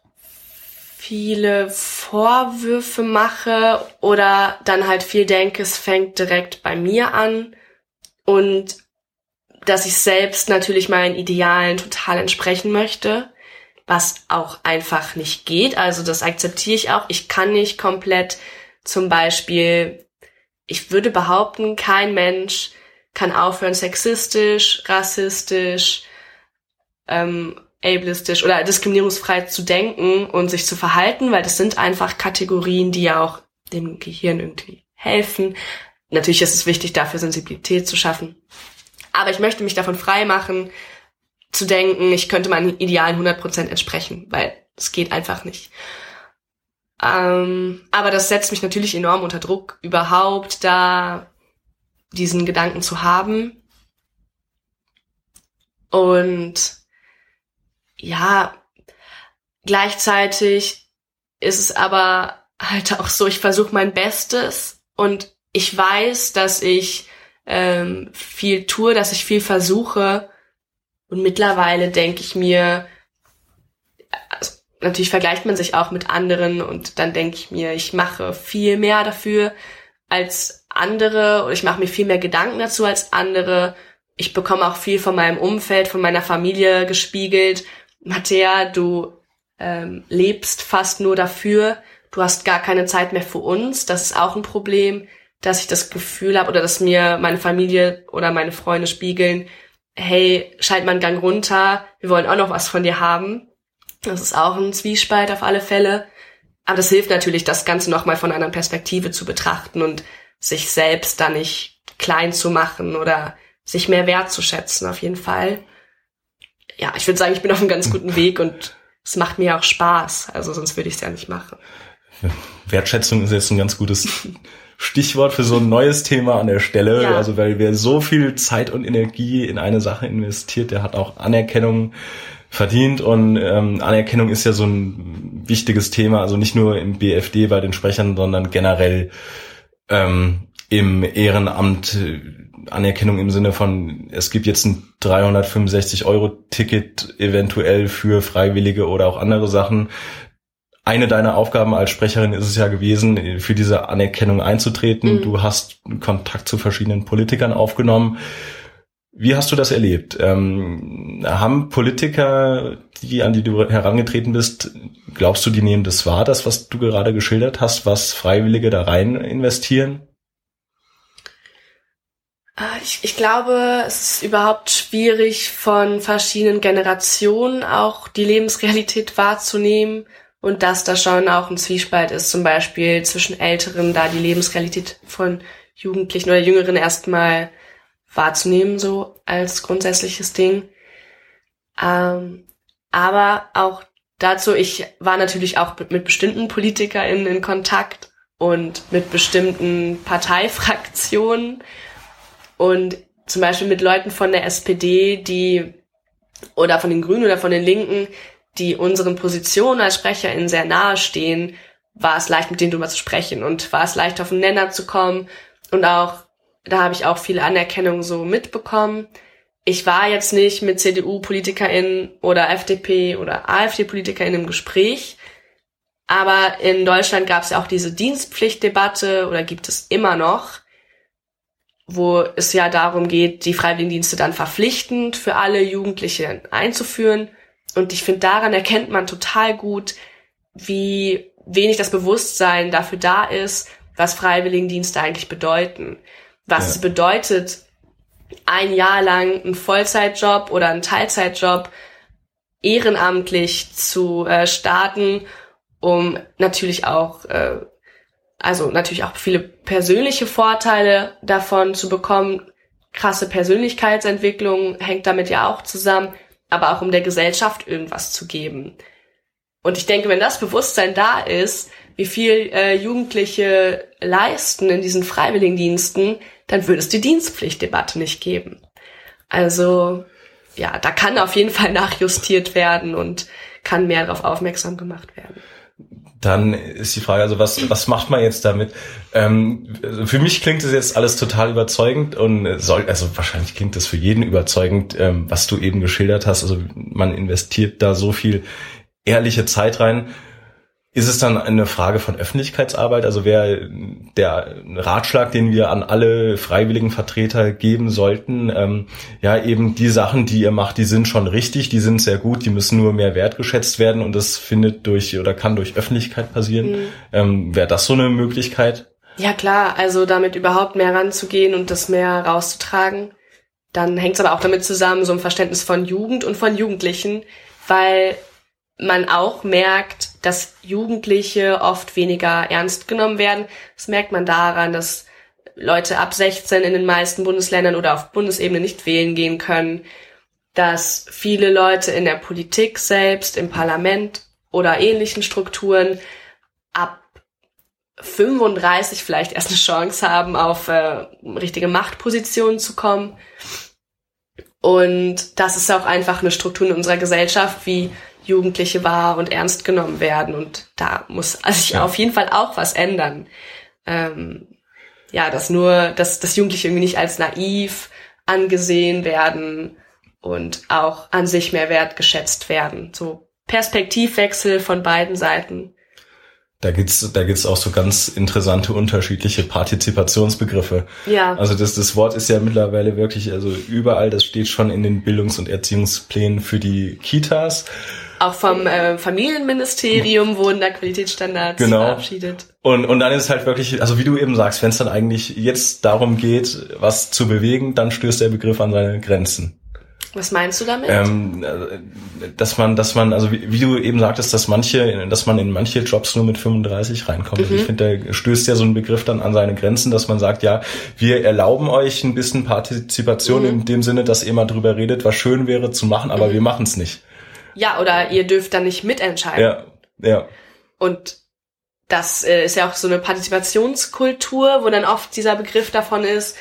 viele Vorwürfe mache oder dann halt viel denke, es fängt direkt bei mir an und dass ich selbst natürlich meinen Idealen total entsprechen möchte, was auch einfach nicht geht. Also das akzeptiere ich auch. Ich kann nicht komplett zum Beispiel, ich würde behaupten, kein Mensch kann aufhören, sexistisch, rassistisch, ähm, ableistisch oder diskriminierungsfrei zu denken und sich zu verhalten, weil das sind einfach Kategorien, die ja auch dem Gehirn irgendwie helfen. Natürlich ist es wichtig, dafür Sensibilität zu schaffen. Aber ich möchte mich davon frei machen, zu denken, ich könnte meinen Idealen hundert Prozent entsprechen, weil es geht einfach nicht. Ähm, aber das setzt mich natürlich enorm unter Druck, überhaupt da diesen Gedanken zu haben. Und ja, gleichzeitig ist es aber halt auch so, ich versuche mein Bestes und ich weiß, dass ich ähm, viel tue, dass ich viel versuche und mittlerweile denke ich mir, also natürlich vergleicht man sich auch mit anderen und dann denke ich mir, ich mache viel mehr dafür als andere und ich mache mir viel mehr Gedanken dazu als andere. Ich bekomme auch viel von meinem Umfeld, von meiner Familie gespiegelt. Mattea, du ähm, lebst fast nur dafür, du hast gar keine Zeit mehr für uns. Das ist auch ein Problem, dass ich das Gefühl habe oder dass mir meine Familie oder meine Freunde spiegeln, hey, schalt mal einen Gang runter, wir wollen auch noch was von dir haben. Das ist auch ein Zwiespalt auf alle Fälle. Aber das hilft natürlich, das Ganze nochmal von einer anderen Perspektive zu betrachten und sich selbst da nicht klein zu machen oder sich mehr wertzuschätzen, auf jeden Fall. Ja, ich würde sagen, ich bin auf einem ganz guten Weg und es macht mir auch Spaß. Also sonst würde ich es ja nicht machen. Wertschätzung ist jetzt ein ganz gutes Stichwort für so ein neues Thema an der Stelle. Ja. Also weil wer so viel Zeit und Energie in eine Sache investiert, der hat auch Anerkennung verdient. Und ähm, Anerkennung ist ja so ein wichtiges Thema. Also nicht nur im B F D bei den Sprechern, sondern generell ähm, im Ehrenamt. Anerkennung im Sinne von, es gibt jetzt ein dreihundertfünfundsechzig Euro Ticket eventuell für Freiwillige oder auch andere Sachen. Eine deiner Aufgaben als Sprecherin ist es ja gewesen, für diese Anerkennung einzutreten. Mhm. Du hast Kontakt zu verschiedenen Politikern aufgenommen. Wie hast du das erlebt? Ähm, haben Politiker, die an die du herangetreten bist, glaubst du, die nehmen das wahr, das, was du gerade geschildert hast, was Freiwillige da rein investieren? Ich, ich glaube, es ist überhaupt schwierig, von verschiedenen Generationen auch die Lebensrealität wahrzunehmen und dass da schon auch ein Zwiespalt ist, zum Beispiel zwischen Älteren, da die Lebensrealität von Jugendlichen oder Jüngeren erstmal wahrzunehmen, so als grundsätzliches Ding. Ähm, aber auch dazu, ich war natürlich auch mit, mit bestimmten PolitikerInnen in Kontakt und mit bestimmten Parteifraktionen. Und zum Beispiel mit Leuten von der S P D, die oder von den Grünen oder von den Linken, die unseren Positionen als SprecherInnen sehr nahe stehen, war es leicht, mit denen drüber zu sprechen und war es leicht, auf den Nenner zu kommen. Und auch, da habe ich auch viel Anerkennung so mitbekommen. Ich war jetzt nicht mit C D U-PolitikerInnen oder F D P oder AfD-PolitikerInnen im Gespräch, aber in Deutschland gab es ja auch diese Dienstpflichtdebatte oder gibt es immer noch, wo es ja darum geht, die Freiwilligendienste dann verpflichtend für alle Jugendliche einzuführen. Und ich finde, daran erkennt man total gut, wie wenig das Bewusstsein dafür da ist, was Freiwilligendienste eigentlich bedeuten. Was ja. es bedeutet, ein Jahr lang einen Vollzeitjob oder einen Teilzeitjob ehrenamtlich zu äh, starten, um natürlich auch, äh, also natürlich auch viele persönliche Vorteile davon zu bekommen. Krasse Persönlichkeitsentwicklung hängt damit ja auch zusammen, aber auch um der Gesellschaft irgendwas zu geben. Und ich denke, wenn das Bewusstsein da ist, wie viel äh, Jugendliche leisten in diesen Freiwilligendiensten, dann würde es die Dienstpflichtdebatte nicht geben. Also ja, da kann auf jeden Fall nachjustiert werden und kann mehr darauf aufmerksam gemacht werden. Dann ist die Frage, also was was macht man jetzt damit? Ähm, für mich klingt das jetzt alles total überzeugend und soll, also wahrscheinlich klingt das für jeden überzeugend, ähm, was du eben geschildert hast. Also man investiert da so viel ehrliche Zeit rein. Ist es dann eine Frage von Öffentlichkeitsarbeit? Also wäre der Ratschlag, den wir an alle freiwilligen Vertreter geben sollten, ähm, ja eben die Sachen, die ihr macht, die sind schon richtig, die sind sehr gut, die müssen nur mehr wertgeschätzt werden und das findet durch oder kann durch Öffentlichkeit passieren. Mhm. Ähm, wäre das so eine Möglichkeit? Ja klar, also damit überhaupt mehr ranzugehen und das mehr rauszutragen. Dann hängt es aber auch damit zusammen, so ein Verständnis von Jugend und von Jugendlichen, weil man auch merkt, dass Jugendliche oft weniger ernst genommen werden. Das merkt man daran, dass Leute ab sechzehn in den meisten Bundesländern oder auf Bundesebene nicht wählen gehen können, dass viele Leute in der Politik selbst, im Parlament oder ähnlichen Strukturen ab fünfunddreißig vielleicht erst eine Chance haben, auf äh, richtige Machtpositionen zu kommen. Und das ist auch einfach eine Struktur in unserer Gesellschaft, wie Jugendliche wahr und ernst genommen werden. Und da muss sich ja. auf jeden Fall auch was ändern. Ähm, ja, dass nur, dass, dass Jugendliche irgendwie nicht als naiv angesehen werden und auch an sich mehr wertgeschätzt werden. So Perspektivwechsel von beiden Seiten. Da gibt's, da gibt's auch so ganz interessante unterschiedliche Partizipationsbegriffe. Ja. Also das, das Wort ist ja mittlerweile wirklich, also überall, das steht schon in den Bildungs- und Erziehungsplänen für die Kitas. Auch vom äh, Familienministerium wurden da Qualitätsstandards genau. verabschiedet. Und, und dann ist es halt wirklich, also wie du eben sagst, wenn es dann eigentlich jetzt darum geht, was zu bewegen, dann stößt der Begriff an seine Grenzen. Was meinst du damit? Ähm, dass man, dass man, also wie, wie du eben sagtest, dass manche, dass man in manche Jobs nur mit fünfunddreißig reinkommt. Mhm. Also ich finde, da stößt ja so ein Begriff dann an seine Grenzen, dass man sagt, ja, wir erlauben euch ein bisschen Partizipation mhm. in dem Sinne, dass ihr mal drüber redet, was schön wäre zu machen, aber mhm. wir machen es nicht. Ja, oder ihr dürft dann nicht mitentscheiden. Ja, ja. Und das äh, ist ja auch so eine Partizipationskultur, wo dann oft dieser Begriff davon ist,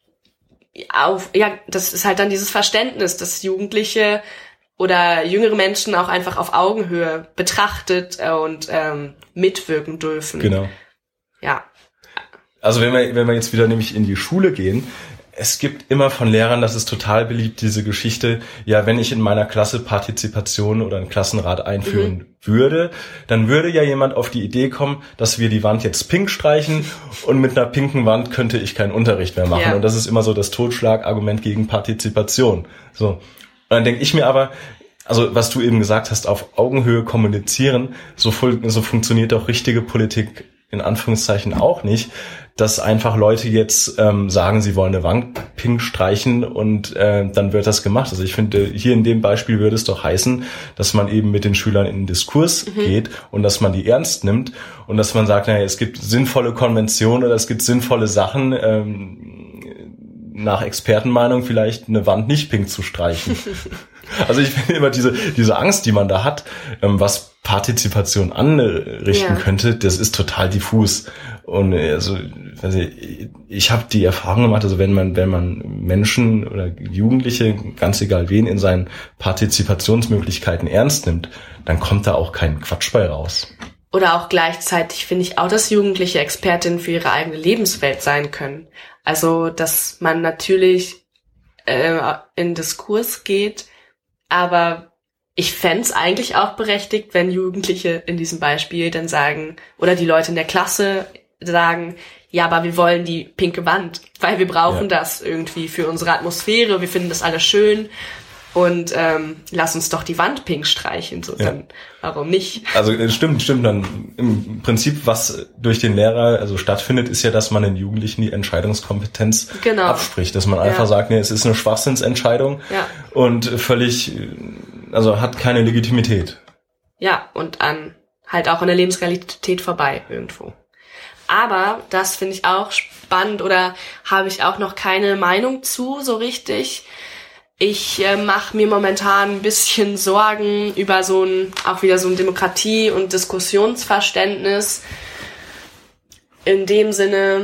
auf, ja, das ist halt dann dieses Verständnis, dass Jugendliche oder jüngere Menschen auch einfach auf Augenhöhe betrachtet und ähm, mitwirken dürfen. Genau. Ja. Also wenn wir, wenn wir jetzt wieder nämlich in die Schule gehen, es gibt immer von Lehrern, das ist total beliebt, diese Geschichte, ja, wenn ich in meiner Klasse Partizipation oder einen Klassenrat einführen mhm. würde, dann würde ja jemand auf die Idee kommen, dass wir die Wand jetzt pink streichen und mit einer pinken Wand könnte ich keinen Unterricht mehr machen. Ja. Und das ist immer so das Totschlagargument gegen Partizipation. So. Und dann denke ich mir aber, also was du eben gesagt hast, auf Augenhöhe kommunizieren, so, so funktioniert auch richtige Politik in Anführungszeichen auch nicht, dass einfach Leute jetzt ähm, sagen, sie wollen eine Wand pink streichen und äh, dann wird das gemacht. Also ich finde, hier in dem Beispiel würde es doch heißen, dass man eben mit den Schülern in den Diskurs mhm. geht und dass man die ernst nimmt und dass man sagt, naja, es gibt sinnvolle Konventionen oder es gibt sinnvolle Sachen, ähm, nach Expertenmeinung vielleicht eine Wand nicht pink zu streichen. Also ich finde immer diese diese Angst, die man da hat, ähm, was Partizipation anrichten ja. könnte, das ist total diffus. Und also, also ich habe die Erfahrung gemacht, also wenn man wenn man Menschen oder Jugendliche, ganz egal wen, in seinen Partizipationsmöglichkeiten ernst nimmt, dann kommt da auch kein Quatsch bei raus. Oder auch gleichzeitig finde ich auch, dass Jugendliche Expertinnen für ihre eigene Lebenswelt sein können. Also, dass man natürlich äh, in Diskurs geht, aber ich fänd's eigentlich auch berechtigt, wenn Jugendliche in diesem Beispiel dann sagen, oder die Leute in der Klasse sagen, ja, aber wir wollen die pinke Wand, weil wir brauchen ja. das irgendwie für unsere Atmosphäre, wir finden das alles schön. und ähm, lass uns doch die Wand pink streichen. So, ja. Dann warum nicht? Also stimmt, stimmt. Dann im Prinzip, was durch den Lehrer also stattfindet, ist ja, dass man den Jugendlichen die Entscheidungskompetenz genau. abspricht. Dass man einfach ja. sagt, nee, es ist eine Schwachsinnsentscheidung ja. und völlig, also hat keine Legitimität. Ja, und an halt auch an der Lebensrealität vorbei irgendwo. Aber das finde ich auch spannend oder habe ich auch noch keine Meinung zu, so richtig. Ich äh, mache mir momentan ein bisschen Sorgen über so ein, auch wieder so ein Demokratie- und Diskussionsverständnis. In dem Sinne,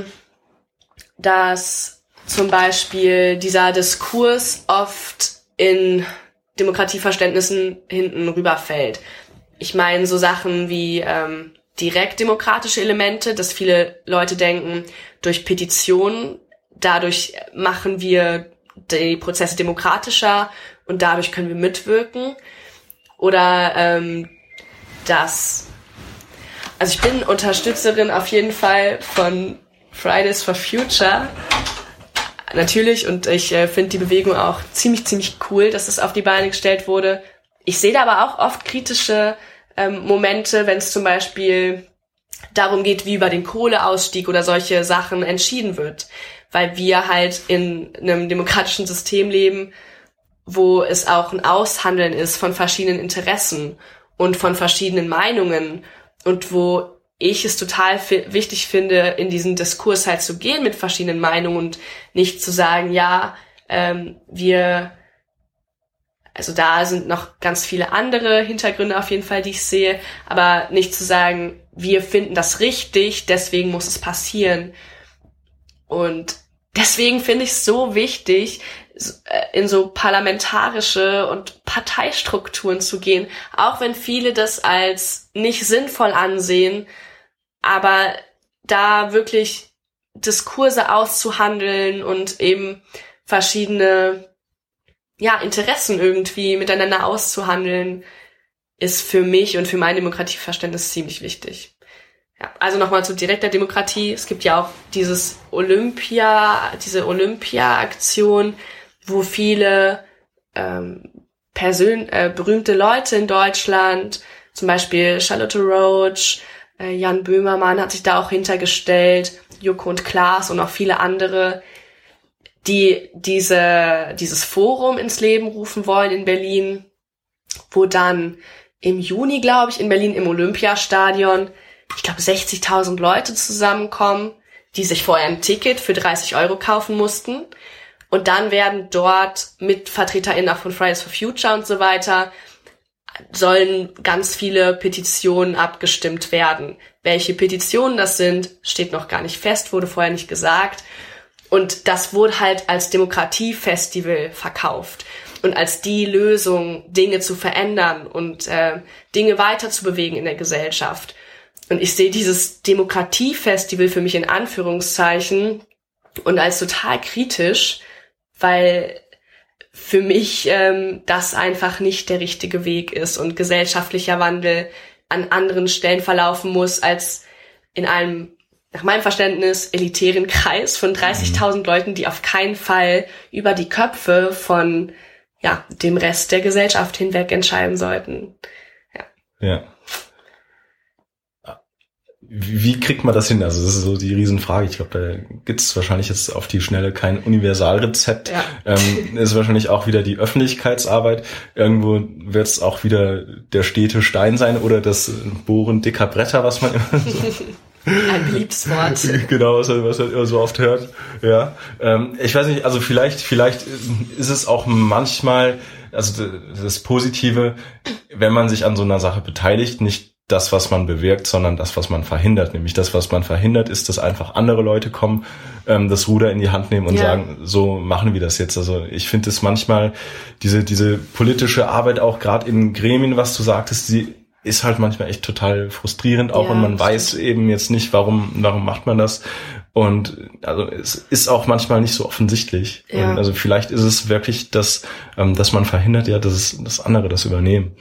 dass zum Beispiel dieser Diskurs oft in Demokratieverständnissen hinten rüberfällt. Ich meine so Sachen wie ähm, direktdemokratische Elemente, dass viele Leute denken, durch Petitionen, dadurch machen wir die Prozesse demokratischer und dadurch können wir mitwirken. Oder ähm, das, also ich bin Unterstützerin auf jeden Fall von Fridays for Future, natürlich, und ich äh, finde die Bewegung auch ziemlich, ziemlich cool, dass es auf die Beine gestellt wurde. Ich sehe da aber auch oft kritische ähm, Momente, wenn es zum Beispiel darum geht, wie über den Kohleausstieg oder solche Sachen entschieden wird. Weil wir halt in einem demokratischen System leben, wo es auch ein Aushandeln ist von verschiedenen Interessen und von verschiedenen Meinungen und wo ich es total f- wichtig finde, in diesen Diskurs halt zu gehen mit verschiedenen Meinungen und nicht zu sagen, ja, ähm, wir, also da sind noch ganz viele andere Hintergründe auf jeden Fall, die ich sehe, aber nicht zu sagen, wir finden das richtig, deswegen muss es passieren. Und deswegen finde ich es so wichtig, in so parlamentarische und Parteistrukturen zu gehen, auch wenn viele das als nicht sinnvoll ansehen, aber da wirklich Diskurse auszuhandeln und eben verschiedene ja Interessen irgendwie miteinander auszuhandeln, ist für mich und für mein Demokratieverständnis ziemlich wichtig. Ja, also nochmal zu direkter Demokratie. Es gibt ja auch dieses Olympia, diese Olympia-Aktion, wo viele ähm, Persön- äh, berühmte Leute in Deutschland, zum Beispiel Charlotte Roach, äh, Jan Böhmermann hat sich da auch hintergestellt, Joko und Klaas und auch viele andere, die diese dieses Forum ins Leben rufen wollen in Berlin, wo dann im Juni, glaube ich, in Berlin im Olympiastadion ich glaube, sechzigtausend Leute zusammenkommen, die sich vorher ein Ticket für dreißig Euro kaufen mussten. Und dann werden dort mit VertreterInnen auch von Fridays for Future und so weiter, sollen ganz viele Petitionen abgestimmt werden. Welche Petitionen das sind, steht noch gar nicht fest, wurde vorher nicht gesagt. Und das wurde halt als Demokratiefestival verkauft. Und als die Lösung, Dinge zu verändern und äh, Dinge weiterzubewegen in der Gesellschaft. Und ich sehe dieses Demokratiefestival für mich in Anführungszeichen und als total kritisch, weil für mich ähm, das einfach nicht der richtige Weg ist und gesellschaftlicher Wandel an anderen Stellen verlaufen muss als in einem, nach meinem Verständnis, elitären Kreis von dreißigtausend Leuten, die auf keinen Fall über die Köpfe von ja dem Rest der Gesellschaft hinweg entscheiden sollten. Ja. Ja. Wie kriegt man das hin? Also das ist so die Riesenfrage. Ich glaube, da gibt's wahrscheinlich jetzt auf die Schnelle kein Universalrezept. Ja. Ähm, ist wahrscheinlich auch wieder die Öffentlichkeitsarbeit. Irgendwo wird es auch wieder der stete Stein sein oder das Bohren dicker Bretter, was man immer so... Ein beliebtes Wort. Genau, was, was man immer so oft hört. Ja, ähm, ich weiß nicht, also vielleicht, vielleicht ist es auch manchmal, also das Positive, wenn man sich an so einer Sache beteiligt, nicht das, was man bewirkt, sondern das, was man verhindert. Nämlich das, was man verhindert, ist, dass einfach andere Leute kommen, ähm, das Ruder in die Hand nehmen und ja. sagen, so machen wir das jetzt. Also ich finde es manchmal, diese diese politische Arbeit auch gerade in Gremien, was du sagtest, die ist halt manchmal echt total frustrierend auch ja, und man weiß stimmt. eben jetzt nicht, warum warum macht man das. Und also es ist auch manchmal nicht so offensichtlich. Ja. Und also vielleicht ist es wirklich, dass ähm, dass man verhindert, ja, dass es, dass andere das übernehmen.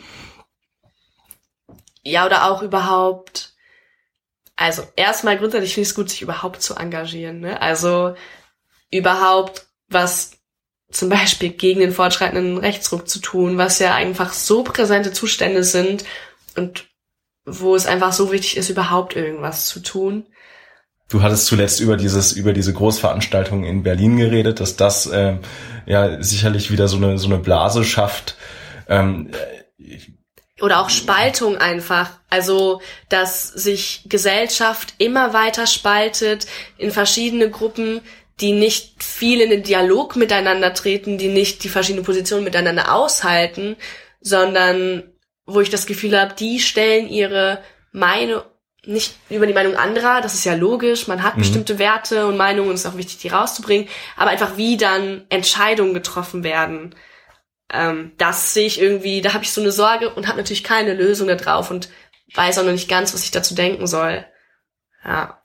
Ja, oder auch überhaupt, also erstmal grundsätzlich finde ich es gut, sich überhaupt zu engagieren, ne? Also überhaupt was zum Beispiel gegen den fortschreitenden Rechtsruck zu tun, was ja einfach so präsente Zustände sind und wo es einfach so wichtig ist, überhaupt irgendwas zu tun. Du hattest zuletzt über dieses über diese Großveranstaltung in Berlin geredet, dass das äh, ja sicherlich wieder so eine so eine Blase schafft. Ähm, Oder auch Spaltung einfach. Also, dass sich Gesellschaft immer weiter spaltet in verschiedene Gruppen, die nicht viel in den Dialog miteinander treten, die nicht die verschiedenen Positionen miteinander aushalten, sondern wo ich das Gefühl habe, die stellen ihre Meinung nicht über die Meinung anderer, das ist ja logisch, man hat mhm. bestimmte Werte und Meinungen und es ist auch wichtig, die rauszubringen, aber einfach wie dann Entscheidungen getroffen werden, ähm, das sehe ich irgendwie, da habe ich so eine Sorge und habe natürlich keine Lösung da drauf und weiß auch noch nicht ganz, was ich dazu denken soll. Ja.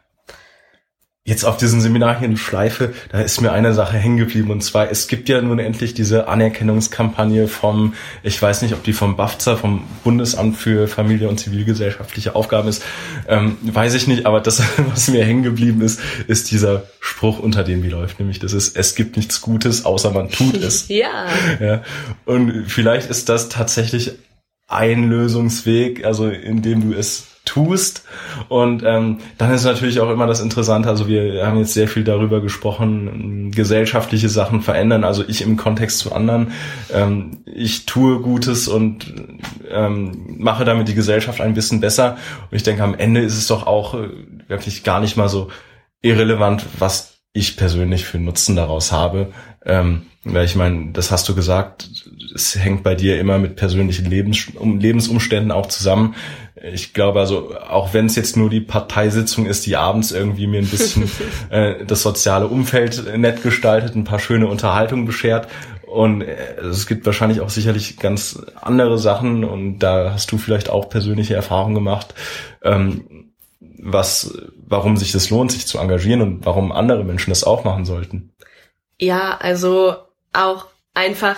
Jetzt auf diesen Seminarien Schleife, da ist mir eine Sache hängen geblieben, und zwar, es gibt ja nun endlich diese Anerkennungskampagne vom, ich weiß nicht, ob die vom BAFZA, vom Bundesamt für Familie und zivilgesellschaftliche Aufgaben ist, ähm, weiß ich nicht, aber das, was mir hängen geblieben ist, ist dieser Spruch, unter dem die läuft, nämlich das ist, es gibt nichts Gutes, außer man tut es. Ja. Ja. Und vielleicht ist das tatsächlich ein Lösungsweg, also indem du es tust. Und ähm, dann ist natürlich auch immer das Interessante, also wir haben jetzt sehr viel darüber gesprochen, gesellschaftliche Sachen verändern, also ich im Kontext zu anderen. Ähm, ich tue Gutes und ähm, mache damit die Gesellschaft ein bisschen besser. Und ich denke, am Ende ist es doch auch äh, wirklich gar nicht mal so irrelevant, was ich persönlich für Nutzen daraus habe. Ähm, weil ich meine, das hast du gesagt, es hängt bei dir immer mit persönlichen Lebens, um, Lebensumständen auch zusammen. Ich glaube also, auch wenn es jetzt nur die Parteisitzung ist, die abends irgendwie mir ein bisschen äh, das soziale Umfeld nett gestaltet, ein paar schöne Unterhaltungen beschert. Und äh, es gibt wahrscheinlich auch sicherlich ganz andere Sachen, und da hast du vielleicht auch persönliche Erfahrungen gemacht, ähm, was, warum sich das lohnt, sich zu engagieren und warum andere Menschen das auch machen sollten. Ja, also auch einfach,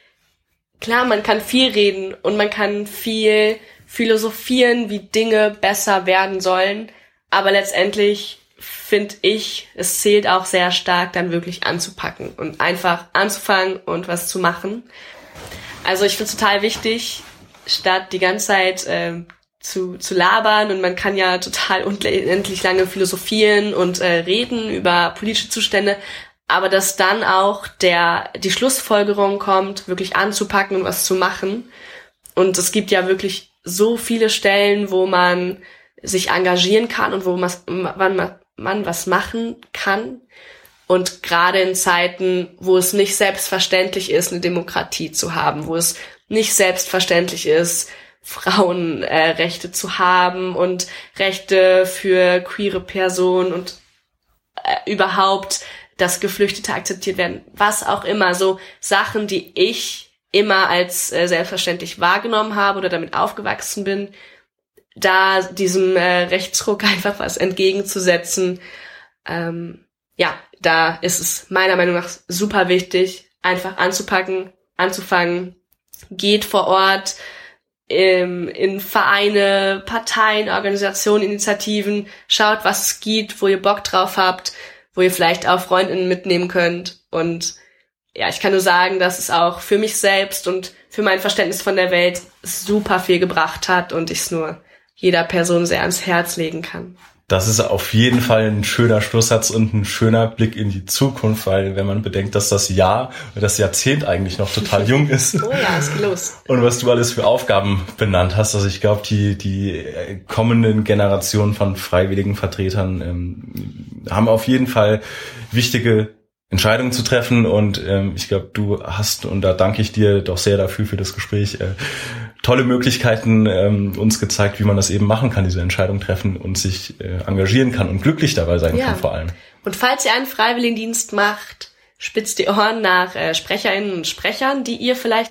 klar, man kann viel reden und man kann viel philosophieren, wie Dinge besser werden sollen, aber letztendlich finde ich, es zählt auch sehr stark, dann wirklich anzupacken und einfach anzufangen und was zu machen. Also ich finde es total wichtig, statt die ganze Zeit äh, zu zu labern, und man kann ja total unendlich lange philosophieren und äh, reden über politische Zustände, aber dass dann auch der die Schlussfolgerung kommt, wirklich anzupacken und was zu machen. Und es gibt ja wirklich so viele Stellen, wo man sich engagieren kann und wo man, man, man was machen kann. Und gerade in Zeiten, wo es nicht selbstverständlich ist, eine Demokratie zu haben, wo es nicht selbstverständlich ist, Frauenrechte äh, zu haben und Rechte für queere Personen und äh, überhaupt, dass Geflüchtete akzeptiert werden, was auch immer, so Sachen, die ich immer als äh, selbstverständlich wahrgenommen habe oder damit aufgewachsen bin, da diesem äh, Rechtsruck einfach was entgegenzusetzen. Ähm, ja, da ist es meiner Meinung nach super wichtig, einfach anzupacken, anzufangen, geht vor Ort ähm, in Vereine, Parteien, Organisationen, Initiativen, schaut, was es gibt, wo ihr Bock drauf habt, wo ihr vielleicht auch Freundinnen mitnehmen könnt. Und ja, ich kann nur sagen, dass es auch für mich selbst und für mein Verständnis von der Welt super viel gebracht hat und ich es nur jeder Person sehr ans Herz legen kann. Das ist auf jeden Fall ein schöner Schlusssatz und ein schöner Blick in die Zukunft, weil wenn man bedenkt, dass das Jahr, das Jahrzehnt eigentlich noch total jung ist. Oh ja, ist los. Und was du alles für Aufgaben benannt hast, also ich glaube, die die kommenden Generationen von freiwilligen Vertretern ähm, haben auf jeden Fall wichtige Entscheidungen zu treffen, und ähm, ich glaube, du hast, und da danke ich dir doch sehr dafür für das Gespräch, äh, tolle Möglichkeiten ähm, uns gezeigt, wie man das eben machen kann, diese Entscheidung treffen und sich äh, engagieren kann und glücklich dabei sein ja. kann vor allem. Und falls ihr einen Freiwilligendienst macht, spitzt die Ohren nach äh, Sprecherinnen und Sprechern, die ihr vielleicht